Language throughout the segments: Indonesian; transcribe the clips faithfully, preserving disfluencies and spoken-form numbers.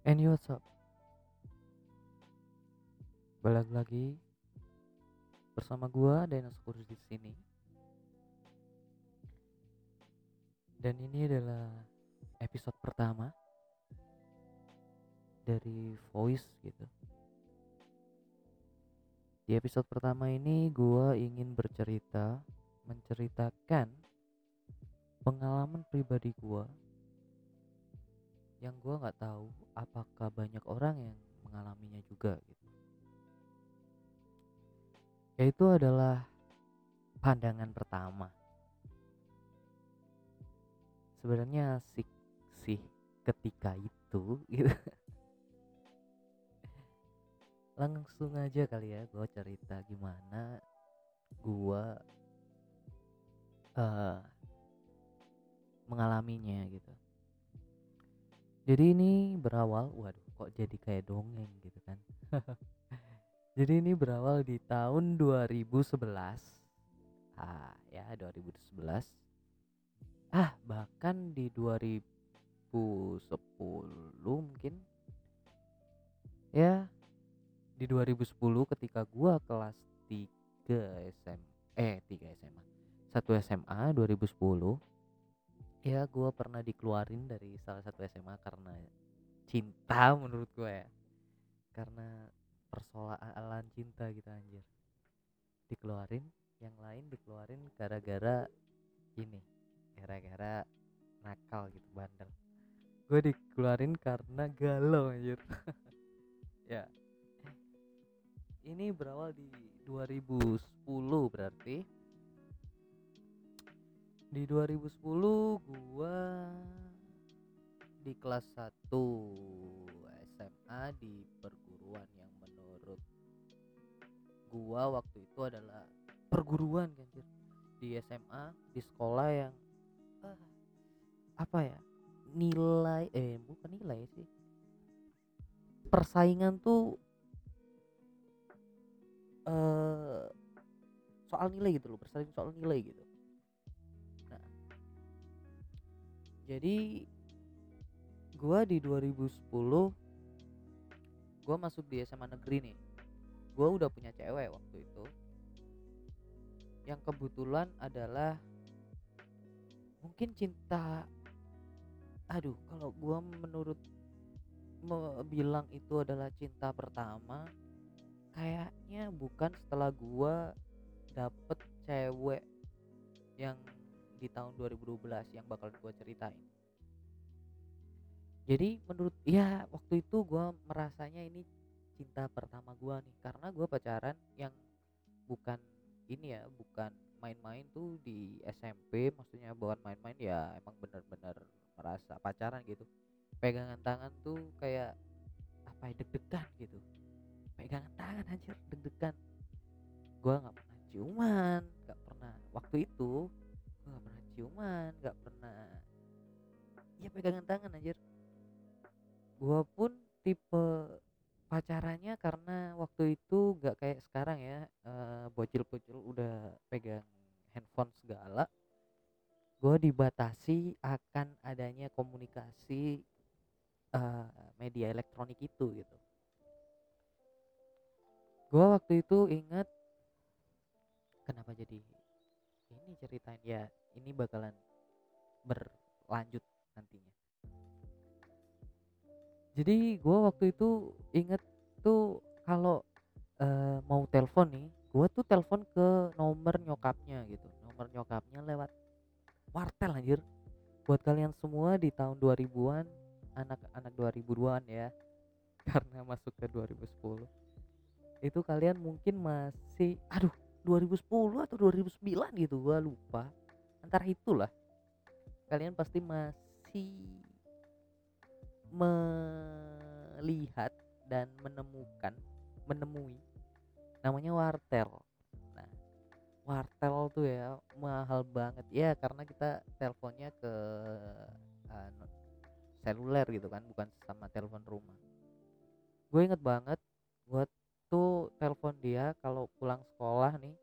And yo, what's up? Balik lagi bersama gua Dinas Kurus di sini. Dan ini adalah episode pertama dari Voice gitu. Di episode pertama ini gua ingin bercerita, menceritakan pengalaman pribadi gua yang gua nggak tahu apakah banyak orang yang mengalaminya juga gitu. Yaitu adalah pandangan pertama. Sebenarnya asik sih ketika itu gitu. Langsung aja kali ya gue cerita gimana gue uh, mengalaminya gitu. Jadi ini berawal, waduh kok jadi kayak dongeng gitu kan. Jadi ini berawal di tahun dua ribu sebelas. Ah ya dua ribu sebelas. Ah bahkan di dua ribu sepuluh mungkin. Ya di dua ribu sepuluh ketika gua kelas tiga S M eh tiga S M A satu S M A dua ribu sepuluh. Ya gua pernah dikeluarin dari salah satu S M A karena cinta menurut gua ya, karena persoalan cinta gitu anjir. Dikeluarin, yang lain dikeluarin gara-gara ini, gara-gara nakal gitu, bandel. Gue dikeluarin karena galau anjir. Ya, ini berawal di dua ribu sepuluh berarti. Di dua ribu sepuluh gua di kelas satu S M A di perguruan yang menurut gua waktu itu adalah perguruan kan anjir. Di S M A, di sekolah yang ah, apa ya? Nilai eh bukan nilai sih. Persaingan tuh eh soal nilai gitu loh, bersaing soal nilai gitu. Nah, jadi gua di dua ribu sepuluh gua masuk di S M A negeri nih. Gua udah punya cewek waktu itu, yang kebetulan adalah mungkin cinta. Aduh, kalau gua menurut me- bilang itu adalah cinta pertama, kayaknya bukan setelah gua dapet cewek yang di tahun dua ribu dua belas yang bakal gua ceritain. Jadi menurut ya waktu itu gua merasanya ini cinta pertama gua nih, karena gua pacaran yang bukan ini ya, bukan main-main tuh di S M P, maksudnya bukan main-main ya, emang bener-bener merasa pacaran gitu. Pegangan tangan tuh kayak apa ya, deg-degan gitu. Pegangan tangan anjir, deg-degan. Gua nggak pernah ciuman, nggak pernah waktu itu. Gua nggak pernah ciuman, nggak pernah ya pegangan tangan anjir. Gua pun tipe pacarannya karena waktu itu nggak kayak sekarang ya, eh, bocil-bocil udah pegang handphone segala. Gue dibatasi akan adanya komunikasi eh, media elektronik itu gitu. Gue waktu itu ingat, kenapa jadi ini ceritain ya, ini bakalan berlanjut nantinya. Jadi gue waktu itu inget tuh kalau eh, mau telepon nih, gue tuh telepon ke nomor nyokapnya gitu, nomor nyokapnya lewat wartel anjir. Buat kalian semua di tahun dua ribuan-an, anak-anak dua ribu dua-an ya, karena masuk ke dua ribu sepuluh, itu kalian mungkin masih aduh dua ribu sepuluh atau dua ribu sembilan gitu, gua lupa, antara itulah. Kalian pasti masih melihat dan menemukan menemui namanya wartel. Nah, wartel tuh ya mahal banget ya, karena kita teleponnya ke uh, seluler gitu kan, bukan sama telepon rumah. Gue inget banget, gue tuh telepon dia kalau pulang sekolah nih.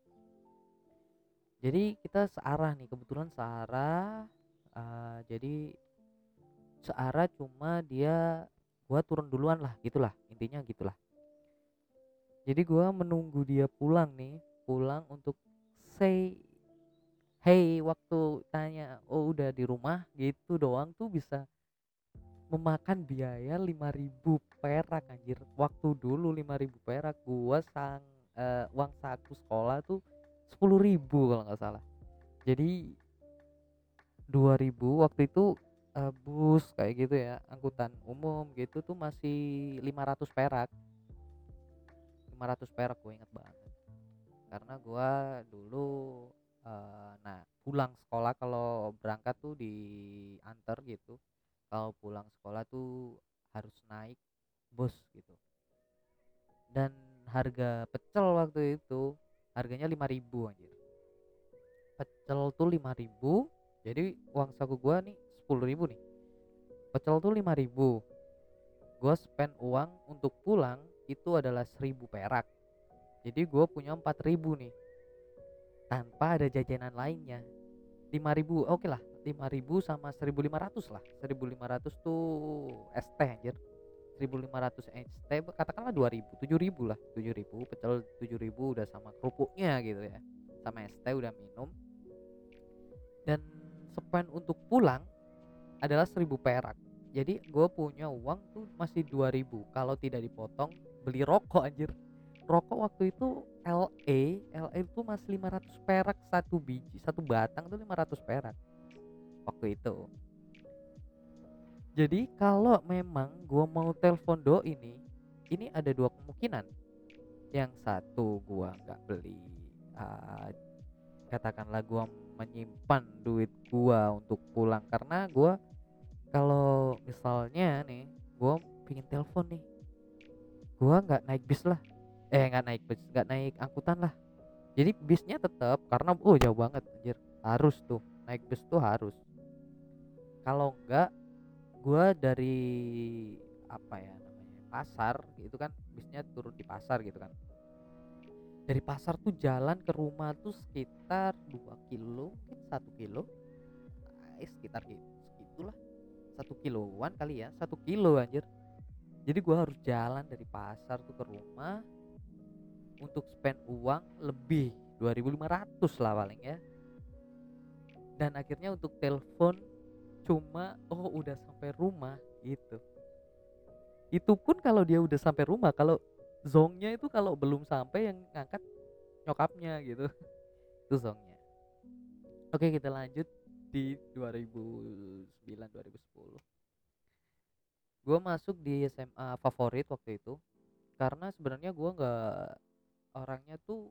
Jadi kita searah nih, kebetulan searah. Uh, jadi searah, cuma dia gua turun duluan lah, gitulah intinya gitulah. Jadi gua menunggu dia pulang nih, pulang untuk say hey, waktu tanya, "Oh, udah di rumah?" Gitu doang tuh bisa memakan biaya lima ribu perak anjir. Waktu dulu lima ribu perak, gua sang eee, uang saku sekolah tuh sepuluh ribu kalau nggak salah. Jadi dua ribu waktu itu, eee, bus kayak gitu ya, angkutan umum gitu tuh masih lima ratus perak, lima ratus perak gue inget banget. Karena gua dulu, eee, nah pulang sekolah kalau berangkat tuh diantar gitu, kalau pulang sekolah tuh harus naik bus gitu. Dan harga pecel waktu itu harganya lima ribu anjir. Pecel tuh lima ribu, jadi uang saku gua nih sepuluh ribu nih. Pecel tuh lima ribu, gua spend uang untuk pulang itu adalah seribu perak. Jadi gua punya empat ribu nih tanpa ada jajanan lainnya. Lima ribu oke lah, lima ribu sama seribu lima ratus lah. Seribu lima ratus tuh es teh anjir. Seribu lima ratus es teh katakanlah dua ribu, tujuh ribu lah. Tujuh ribu pecel, tujuh ribu udah sama kerupuknya gitu ya, sama es teh udah minum. Dan spend untuk pulang adalah seribu perak. Jadi gue punya uang tuh masih dua ribu kalau tidak dipotong beli rokok anjir. Rokok waktu itu L A L A itu masih lima ratus perak satu biji, satu batang tuh lima ratus perak waktu itu. Jadi kalau memang gue mau telepon doi ini, ini ada dua kemungkinan. Yang satu gue nggak beli, uh, katakanlah gue menyimpan duit gue untuk pulang, karena gue kalau misalnya nih gue pingin telepon nih, gue nggak naik bis lah, eh nggak naik bis, nggak naik angkutan lah. Jadi bisnya tetap, karena oh jauh banget anjir, harus tuh naik bis tuh harus. Kalau enggak, gue dari apa ya namanya, pasar gitu kan, bisnya turun di pasar gitu kan. Dari pasar tuh jalan ke rumah tuh sekitar dua kilo, mungkin satu kilo, eh, sekitar gitu segitulah, satu kiloan kali ya, satu kilo anjir. Jadi gua harus jalan dari pasar tuh ke rumah untuk spend uang lebih dua ribu lima ratus lah paling ya. Dan akhirnya untuk telepon cuma oh udah sampai rumah gitu. Itu pun kalau dia udah sampai rumah, kalau zongnya itu kalau belum sampai yang ngangkat nyokapnya gitu. Itu zongnya. Oke, kita lanjut di dua ribu sembilan dua ribu sepuluh. Gue masuk di S M A favorit waktu itu, karena sebenarnya gue nggak, orangnya tuh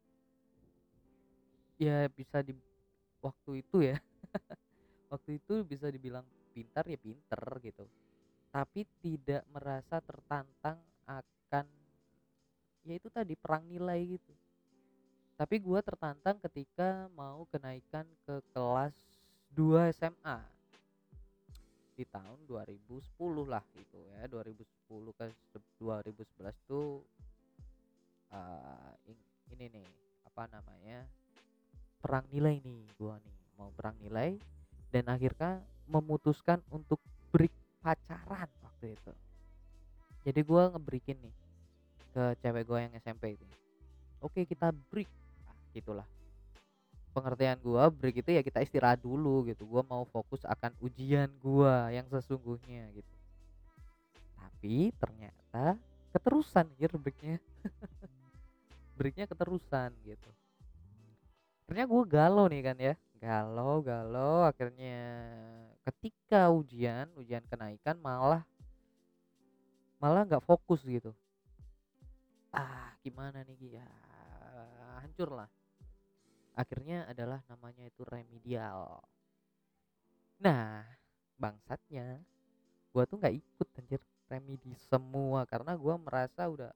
ya bisa di waktu itu ya waktu itu bisa dibilang pintar ya pinter gitu, tapi tidak merasa tertantang akan ya itu tadi perang nilai gitu. Tapi gue tertantang ketika mau kenaikan ke kelas dua S M A di tahun dua ribu sepuluh lah gitu ya, dua ribu sepuluh ke dua ribu sebelas tuh, uh, ini nih apa namanya, perang nilai nih, gua nih mau perang nilai, dan akhirnya memutuskan untuk break pacaran waktu itu. Jadi gua ngebreakin nih ke cewek gua yang S M P itu, oke kita break, nah, gitulah pengertian gua. Break itu ya kita istirahat dulu gitu, gua mau fokus akan ujian gua yang sesungguhnya gitu. Tapi ternyata keterusan gitu breaknya breaknya keterusan gitu. Akhirnya gue galau nih kan ya, galau galau akhirnya ketika ujian ujian kenaikan malah malah nggak fokus gitu. Ah gimana nih ya, hancur lah. Akhirnya adalah namanya itu remedial. Nah bangsatnya gue tuh nggak ikut anjir remedi semua, karena gue merasa udah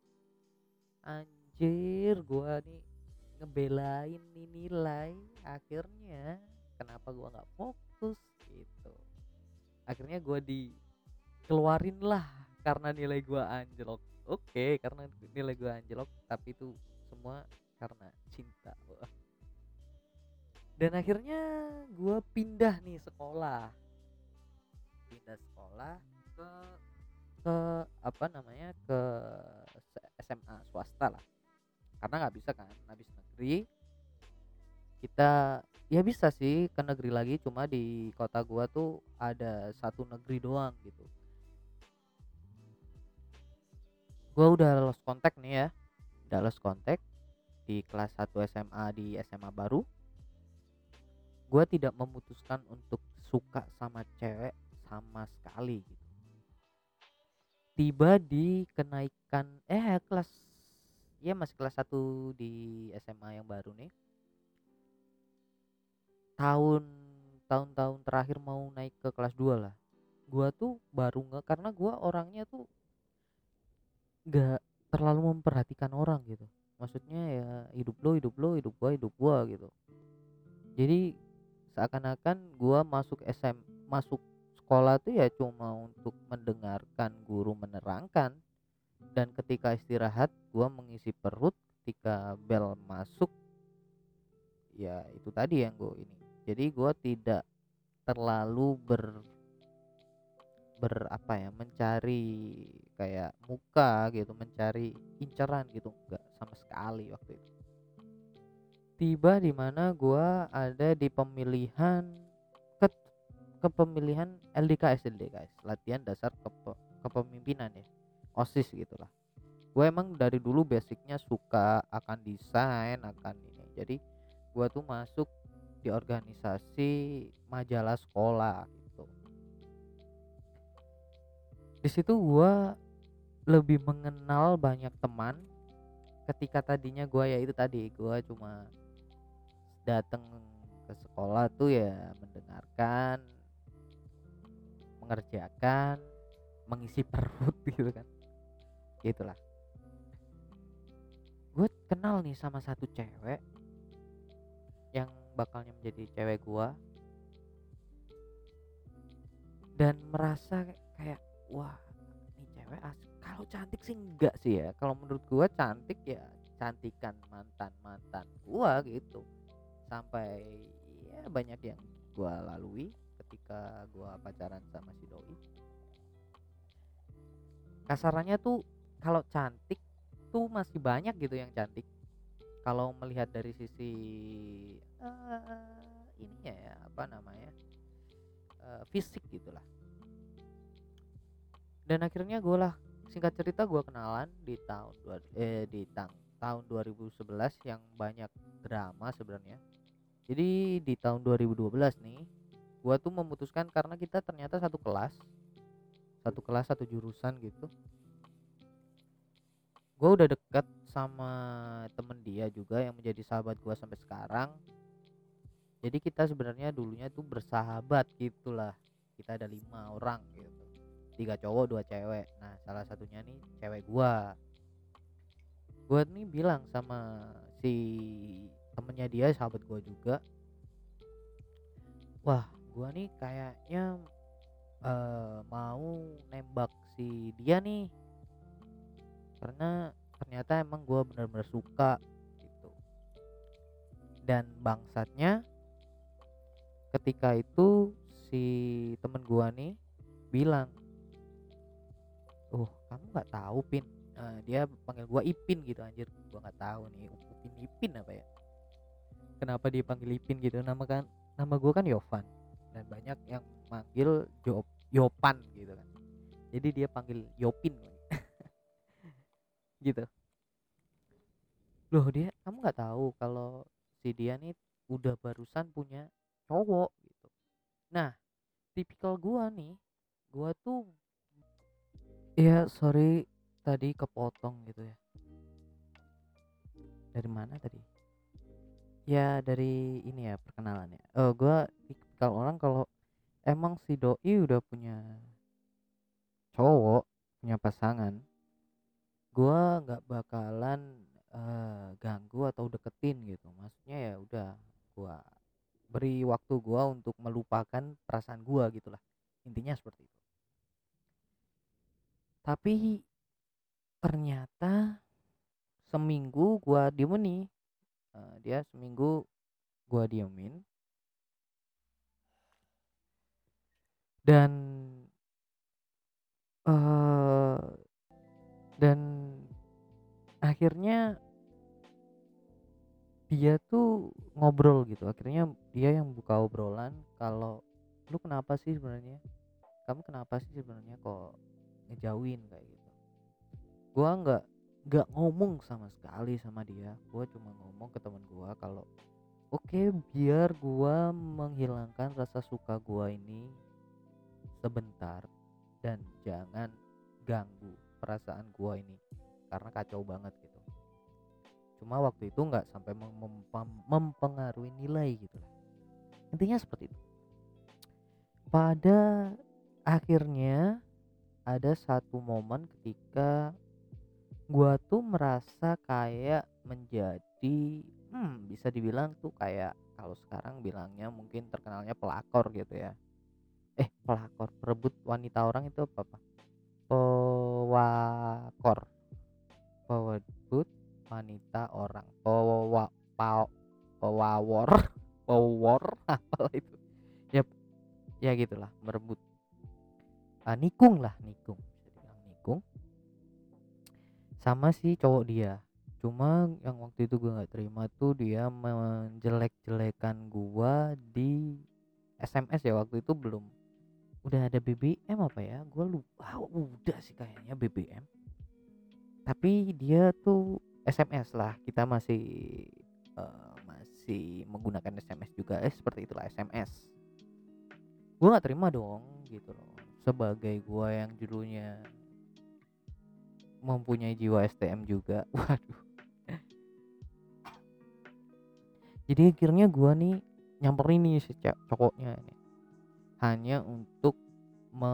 anjir gue nih ngebelain nih nilai, akhirnya kenapa gua nggak fokus gitu. Akhirnya gua dikeluarin lah karena nilai gua anjlok. Oke, karena nilai gua anjlok, tapi itu semua karena cinta. Dan akhirnya gua pindah nih sekolah, pindah sekolah ke ke apa namanya ke se- S M A swasta lah, karena nggak bisa kan habis negeri kita. Ya bisa sih ke negeri lagi, cuma di kota gua tuh ada satu negeri doang gitu. Gua udah lost contact nih ya, udah lost contact di kelas satu S M A di S M A baru. Gua tidak memutuskan untuk suka sama cewek sama sekali gitu. Tiba di kenaikan eh kelas ya masih kelas satu di S M A yang baru nih, tahun tahun-tahun terakhir mau naik ke kelas dua lah. Gua tuh baru nggak, karena gua orangnya tuh nggak terlalu memperhatikan orang gitu. Maksudnya ya hidup lo hidup lo, hidup gua hidup gua gitu. Jadi seakan-akan gua masuk S M masuk sekolah tuh ya cuma untuk mendengarkan guru menerangkan, dan ketika istirahat gua mengisi perut, ketika bel masuk ya itu tadi yang gua ini. Jadi gua tidak terlalu ber ber apa ya mencari kayak muka gitu, mencari inceran gitu, enggak sama sekali waktu itu. Tiba di mana gua ada di pemilihan ke kepemilihan L D K S L D K S latihan dasar kepe, kepemimpinan ya, OSIS gitulah. Gue emang dari dulu basicnya suka akan desain akan ini, jadi gua tuh masuk di organisasi majalah sekolah gitu. Di situ gua lebih mengenal banyak teman. Ketika tadinya gua ya itu tadi gua cuma datang ke sekolah tuh ya mendengarkan, mengerjakan, mengisi perut gitu kan. Gitulah. Gue kenal nih sama satu cewek yang bakalnya menjadi cewek gua, dan merasa kayak wah, ini cewek asik. Kalau cantik sih enggak sih ya. Kalau menurut gua cantik ya cantikan mantan-mantan gua gitu. Sampai ya banyak yang gua lalui ketika gua pacaran sama si doi. Kasarannya tuh kalau cantik tuh masih banyak gitu yang cantik. Kalau melihat dari sisi eh ininya ya apa namanya eh, fisik gitulah. Dan akhirnya gue lah, singkat cerita gue kenalan di tahun dua, eh di tang, tahun dua ribu sebelas yang banyak drama sebenarnya. Jadi di tahun dua ribu dua belas nih, gue tuh memutuskan karena kita ternyata satu kelas, satu kelas satu jurusan gitu. Gue udah deket sama temen dia juga yang menjadi sahabat gue sampai sekarang. Jadi kita sebenarnya dulunya tuh bersahabat gitulah. Kita ada lima orang gitu, tiga cowok dua cewek. Nah salah satunya nih cewek gue. Gue nih bilang sama si temennya dia, sahabat gue juga, wah gue nih kayaknya eh, mau nembak si dia nih, karena ternyata emang gue bener-bener suka gitu. Dan bangsatnya ketika itu si temen gua nih bilang, oh kamu nggak tahu Pin. Nah, dia panggil gua Ipin gitu, anjir gua nggak tahu nih Upin Ipin apa ya, kenapa dia panggil Ipin gitu. Nama kan nama gua kan Yovan, dan banyak yang manggil Jop Yopan gitu kan, jadi dia panggil Yopin gitu. Loh dia, kamu nggak tahu kalau si dia nih udah barusan punya cowok gitu. Nah tipikal gua nih, gua tuh ya sorry tadi kepotong gitu ya. Dari mana tadi? Ya dari ini ya perkenalan ya. Oh gua tipikal orang kalau emang si doi udah punya cowok, punya pasangan, gua nggak bakalan eh, ganggu atau deketin gitu. Maksudnya ya udah gua beri waktu gua untuk melupakan perasaan gua gitulah. Intinya seperti itu. Tapi ternyata seminggu gua diemin nih. Eh, dia seminggu gua diemin, dan eh Dan akhirnya dia tuh ngobrol gitu, akhirnya dia yang buka obrolan kalau, "Lu kenapa sih sebenarnya? Kamu kenapa sih sebenarnya kok ngejauhin?" Kayak gitu. Gua nggak nggak ngomong sama sekali sama dia, gua cuma ngomong ke teman gua kalau, "Oke, biar gua menghilangkan rasa suka gua ini sebentar dan jangan ganggu perasaan gua ini karena kacau banget," gitu. Cuma waktu itu nggak sampai mem- mem- mempengaruhi nilai gitu lah. Intinya seperti itu. Pada akhirnya ada satu momen ketika gua tuh merasa kayak menjadi, hmm, bisa dibilang tuh kayak kalau sekarang bilangnya mungkin terkenalnya pelakor gitu ya. Eh, pelakor, perebut wanita orang itu apa, Pak? Pewakor, perebut wanita orang. Pewa, pau, pewawor, pewor, apalah itu. Ya, ya gitulah, merebut. Ah, nikung lah, nikung. Bisa dibilang nikung sama si cowok dia. Cuma yang waktu itu gue nggak terima tuh dia menjelek-jelekan gua di S M S ya, waktu itu belum udah ada B B M apa ya, gue lupa. Udah sih kayaknya B B M, tapi dia tuh S M S lah, kita masih eh, masih menggunakan S M S juga, eh seperti itulah S M S. Gue nggak terima dong gitu loh, sebagai gue yang dulunya mempunyai jiwa S T M juga. Waduh. Jadi akhirnya gua nih nyamperin nih si ce- cowoknya ini hanya untuk me,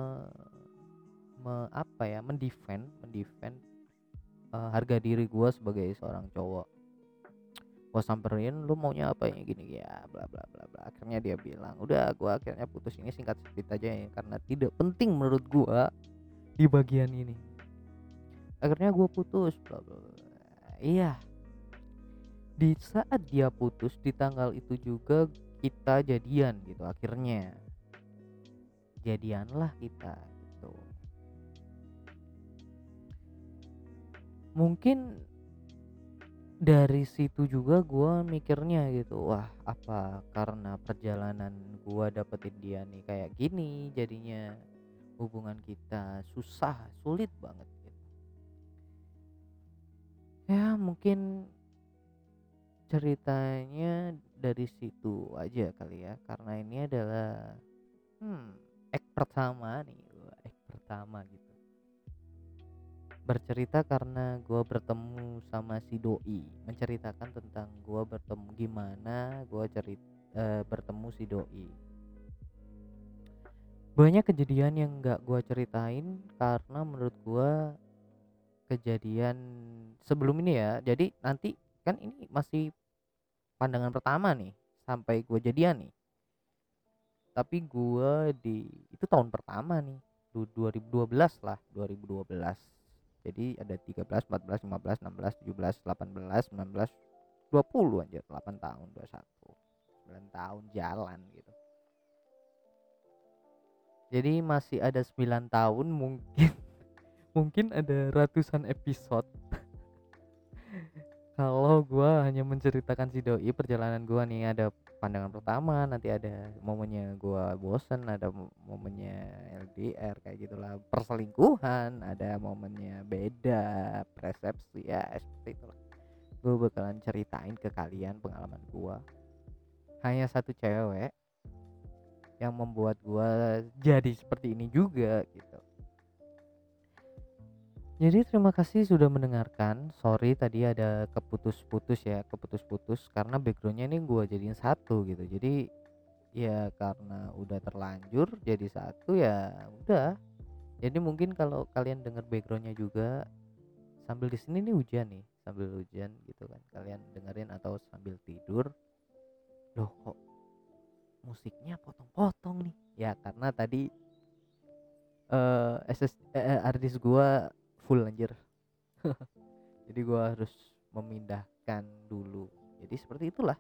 me- apa ya, mendefend mendefend eh, harga diri gua sebagai seorang cowok. Gua samperin, "Lu maunya apa ya gini ya, bla bla bla bla." Akhirnya dia bilang, "Udah, gua akhirnya putus." Ini singkat cerita aja ya, karena tidak penting menurut gua di bagian ini. Akhirnya gua putus, bla bla bla. Iya, di saat dia putus di tanggal itu juga kita jadian gitu, akhirnya jadianlah kita gitu. Mungkin dari situ juga gua mikirnya gitu, wah, apa karena perjalanan gua dapetin dia nih kayak gini jadinya hubungan kita susah, sulit banget gitu. Ya mungkin ceritanya dari situ aja kali ya, karena ini adalah, hmm, ek pertama nih, wah, ek pertama gitu. Bercerita karena gua bertemu sama si doi, menceritakan tentang gua bertemu gimana gua cerit eh, bertemu si doi. Banyak kejadian yang nggak gua ceritain karena menurut gua kejadian sebelum ini ya. Jadi nanti kan ini masih pandangan pertama nih sampai gua jadian nih. Tapi gua di itu tahun pertama nih, du- dua ribu dua belas lah, dua ribu dua belas. Jadi ada tiga belas, empat belas, lima belas, enam belas, tujuh belas, delapan belas, sembilan belas, dua puluh anjir, delapan tahun, dua puluh satu, sembilan tahun jalan gitu. Jadi masih ada sembilan tahun mungkin. Mungkin ada ratusan episode kalau gua hanya menceritakan si doi perjalanan gua nih. Ada pandangan pertama, nanti ada momennya gua bosen, ada mo- momennya L D R kayak gitulah, perselingkuhan, ada momennya beda persepsi ya, seperti itulah. Gue bakalan ceritain ke kalian pengalaman gua. Hanya satu cewek yang membuat gua jadi seperti ini juga gitu. Jadi terima kasih sudah mendengarkan. Sorry tadi ada keputus-putus ya, keputus-putus karena backgroundnya ini gua jadiin satu gitu. Jadi ya karena udah terlanjur jadi satu ya udah. Jadi mungkin kalau kalian denger backgroundnya juga sambil di sini nih hujan nih, sambil hujan gitu kan. Kalian dengerin atau sambil tidur. Loh kok musiknya potong-potong nih? Ya karena tadi eh S S eh, eh, hard disk gua full anjir. Jadi gua harus memindahkan dulu. Jadi seperti itulah.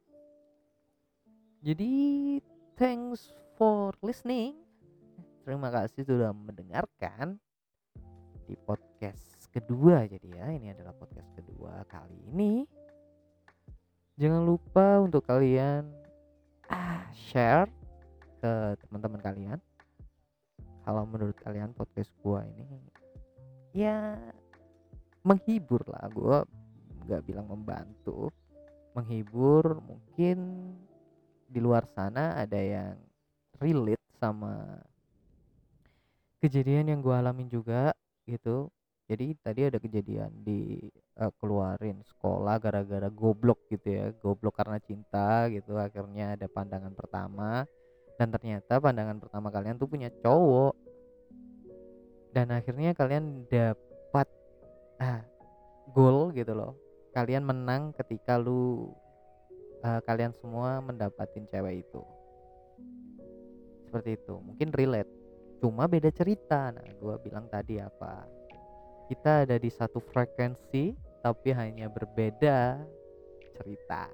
Jadi thanks for listening. Terima kasih sudah mendengarkan di podcast podcast kedua. Jadi ya, ini adalah podcast kedua. Kali ini jangan lupa untuk kalian ah share ke teman-teman kalian. Kalau menurut kalian podcast gua ini ya menghibur lah, gua nggak bilang membantu, menghibur. Mungkin di luar sana ada yang relate sama kejadian yang gue alamin juga gitu. Jadi tadi ada kejadian di eh, keluarin sekolah gara-gara goblok gitu ya, goblok karena cinta gitu. Akhirnya ada pandangan pertama, dan ternyata pandangan pertama kalian tuh punya cowok, dan akhirnya kalian dapat ah gol gitu loh. Kalian menang ketika lu eh, kalian semua mendapatin cewek itu. Seperti itu, mungkin relate, cuma beda cerita. Nah gue bilang tadi apa, kita ada di satu frekuensi tapi hanya berbeda cerita.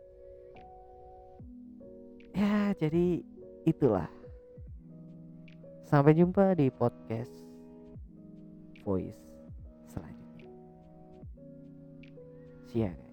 Ya jadi itulah, sampai jumpa di podcast voice selanjutnya. See ya.